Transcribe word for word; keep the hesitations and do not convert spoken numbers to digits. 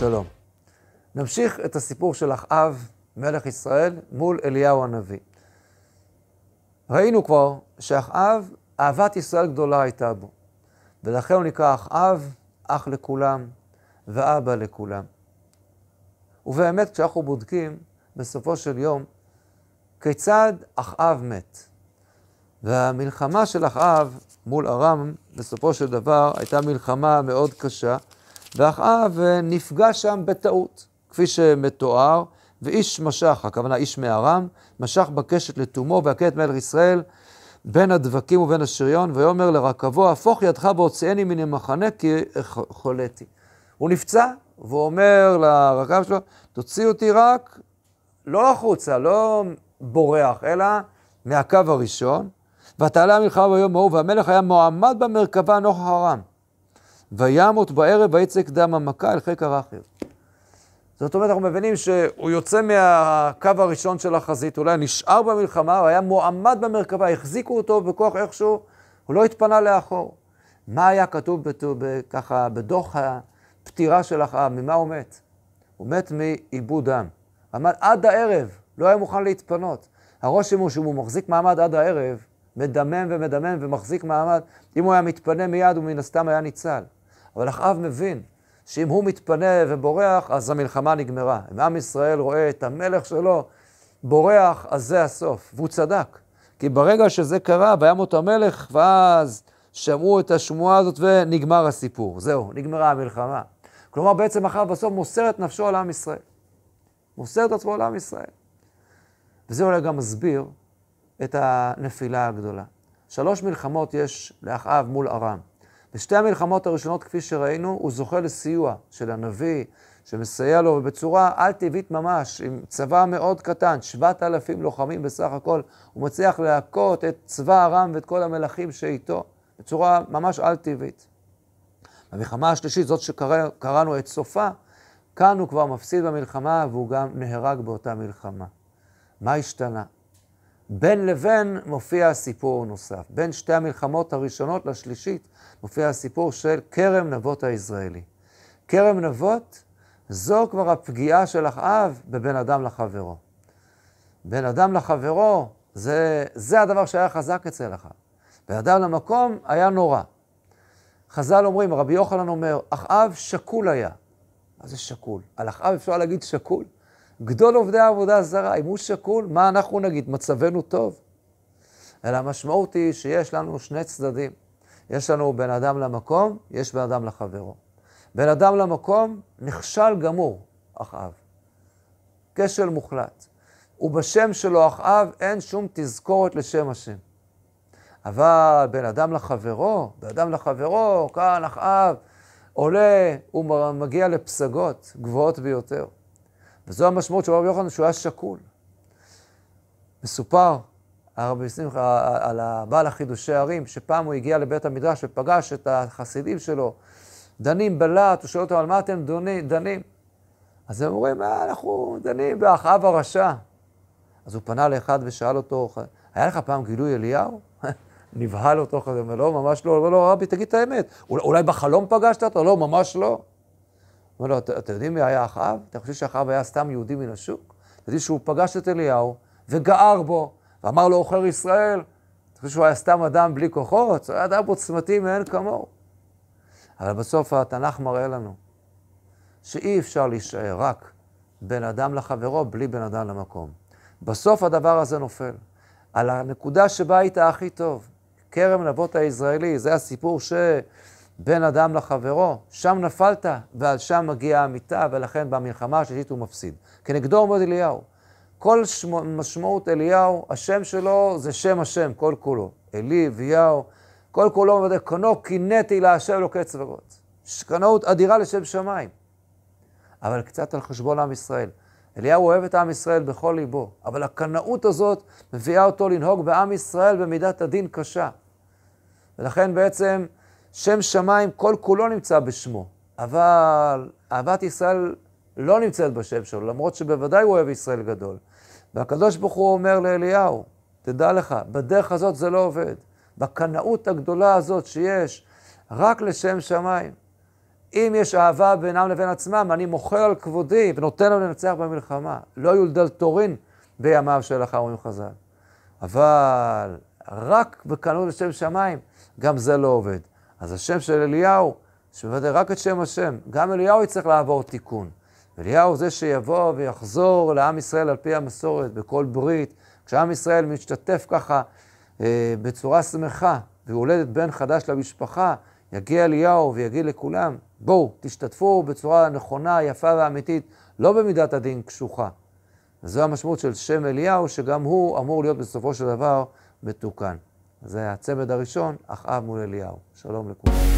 שלום. נמשיך את הסיפור של אחאב, מלך ישראל, מול אליהו הנביא. ראינו כבר שאחאב, אהבת ישראל גדולה הייתה בו. ולכן הוא נקרא אחאב, אח לכולם ואבא לכולם. ובאמת כשאנחנו בודקים בסופו של יום, כיצד אחאב מת. והמלחמה של אחאב מול ארם, בסופו של דבר, הייתה מלחמה מאוד קשה, ואחאב נפגע שם בטעות, כפי שמתואר, ואיש משך, הכוונה איש מארם, משך בקשת לתומו, והכה את מלך ישראל, בין הדבקים ובין השריון, ויאמר לרכבו, הפוך ידך והוציאני מן המחנה, כי חולתי. הוא נפצע, והוא אומר לרכב שלו, תוציא אותי רק, לא החוצה, לא בורח, אלא מהקו הראשון, ותעלה המלחמה ביום ההוא, והמלך היה מועמד במרכבה נוכח ארם. וימות בערב ויצק דם המכה אל חיק הרכב. זאת אומרת, אנחנו מבינים שהוא יוצא מהקו הראשון של החזית, אולי נשאר במלחמה, הוא היה מועמד במרכבה, החזיקו אותו בכוח איכשהו, הוא לא התפנה לאחור. מה היה כתוב ככה בדוח הפטירה של אחאב? ממה הוא מת? הוא מת מאיבוד דם. עמד עד הערב, לא היה מוכן להתפנות. הרושם הוא שהוא מחזיק מעמד עד הערב, מדמם ומדמם ומחזיק מעמד. אם הוא היה מתפנה מיד, הוא מן הסתם היה ניצל. אבל אחאב מבין שאם הוא מתפנה ובורח, אז המלחמה נגמרה. אם עם ישראל רואה את המלך שלו בורח, אז זה הסוף. והוא צדק. כי ברגע שזה קרה, וימות המלך, ואז שמעו את השמועה הזאת ונגמר הסיפור. זהו, נגמרה המלחמה. כלומר, בעצם אחאב בסוף מוסר את נפשו על עם ישראל. מוסר את עצמו על עם ישראל. וזה אולי גם מסביר את הנפילה הגדולה. שלוש מלחמות יש לאחאב מול ארם. בשתי המלחמות הראשונות, כפי שראינו, הוא זוכה לסיוע של הנביא, שמסייע לו בצורה על טבעית ממש, עם צבא מאוד קטן, שבעת אלפים לוחמים בסך הכל, הוא מצליח להכות את צבא ארם ואת כל המלכים שאיתו, בצורה ממש על טבעית. במלחמה השלישית, זאת שקראנו את סופה, כאן הוא כבר מפסיד במלחמה, והוא גם נהרג באותה מלחמה. מה השתנה? בין לבין מופיע הסיפור נוסף. בין שתי המלחמות הראשונות לשלישית מופיע הסיפור של כרם נבות הישראלי. כרם נבות זו כבר הפגיעה של אחאב בבין אדם לחברו. בין אדם לחברו זה, זה הדבר שהיה חזק אצל אחאב. בין אדם למקום היה נורא. חז"ל אומרים, רבי יוחנן אומר, אחאב שקול היה. מה זה שקול? על אחאב אפשר להגיד שקול? גדול עובדי העבודה זרה, אם הוא שקול, מה אנחנו נגיד? מצבנו טוב. אלא המשמעות היא שיש לנו שני צדדים. יש לנו בין אדם למקום, יש בין אדם לחברו. בין אדם למקום נכשל גמור, אחאב. כשל מוחלט. ובשם שלו אחאב אין שום תזכורת לשם השם. אבל בין אדם לחברו, בין אדם לחברו, כאן אחאב עולה, הוא מגיע לפסגות גבוהות ביותר. וזו המשמעות של רבי יוחנן, שהוא היה שקול. מסופר הרבי שמחה על הבעל החידושי ערים, שפעם הוא הגיע לבית המדרש ופגש את החסידים שלו, דנים בלהט, הוא שואל אותם על מה אתם דנים? אז הם אומרים, אנחנו דנים באחאב הרשע. אז הוא פנה לאחד ושאל אותו, היה לך פעם גילוי אליהו? נבהל אותו, הוא אומר, לא, ממש לא, לא, לא, רבי, תגיד את האמת. אולי בחלום פגשת אותו? לא, ממש לא. אומר לו, אתם יודעים מי היה אחאב? אתם חושבים שאחאב היה סתם יהודי מן השוק? אתם יודעים שהוא פגש את אליהו וגער בו, ואמר לו, עוכר ישראל, אתם חושבים שהוא היה סתם אדם בלי כוחות? הוא היה אדם עוצמתי מאין כמוהו. אבל בסוף התנ"ך מראה לנו שאי אפשר להישאר רק בין אדם לחברו בלי בין אדם למקום. בסוף הדבר הזה נופל. על הנקודה שבה היית הכי טוב, כרם נבות הישראלי, זה הסיפור ש... בין אדם לחברו, שם נפלת, ועל שם מגיעה המיטה, ולכן במלחמה השלישית הוא מפסיד. כנגדו עומד אליהו. כל שמו, משמעות אליהו, השם שלו זה שם השם, כל כולו. אלי, אביהו, כל כולו עומד, קנו קינאתי להשם אלוקי צבאות. קנאות אדירה לשם שמיים. אבל קצת על חשבון עם ישראל. אליהו אוהב את עם ישראל בכל ליבו, אבל הקנאות הזאת מביאה אותו לנהוג בעם ישראל במידת הדין קשה. ולכן בעצם שם שמיים כל כולו נמצא בשמו, אבל אהבת ישראל לא נמצאת בשם שלו, למרות שבוודאי הוא אוהב ישראל גדול. והקדוש ברוך הוא אומר לאליהו, תדע לך, בדרך הזאת זה לא עובד. בקנאות הגדולה הזאת שיש רק לשם שמיים, אם יש אהבה בינם לבין עצמם, אני מוחל על כבודי ונותן להם לנצח במלחמה. לא יולדל תורין בימיו של אחר אומרים חז"ל. אבל רק בקנאות לשם שמיים, גם זה לא עובד. אז השם של אליהו, שמבטא רק את שם השם, גם אליהו יצטרך לעבור תיקון. אליהו זה שיבוא ויחזור לעם ישראל על פי המסורת, בכל ברית, כשעם ישראל משתתף ככה אה, בצורה שמחה, והולדת בן חדש למשפחה, יגיע אליהו ויגיד לכולם, בואו, תשתתפו בצורה נכונה, יפה ואמיתית, לא במידת הדין קשוחה. וזו המשמעות של שם אליהו, שגם הוא אמור להיות בסופו של דבר מתוקן. זה הצמד הראשון, אחאב מול אליהו. שלום לכולם.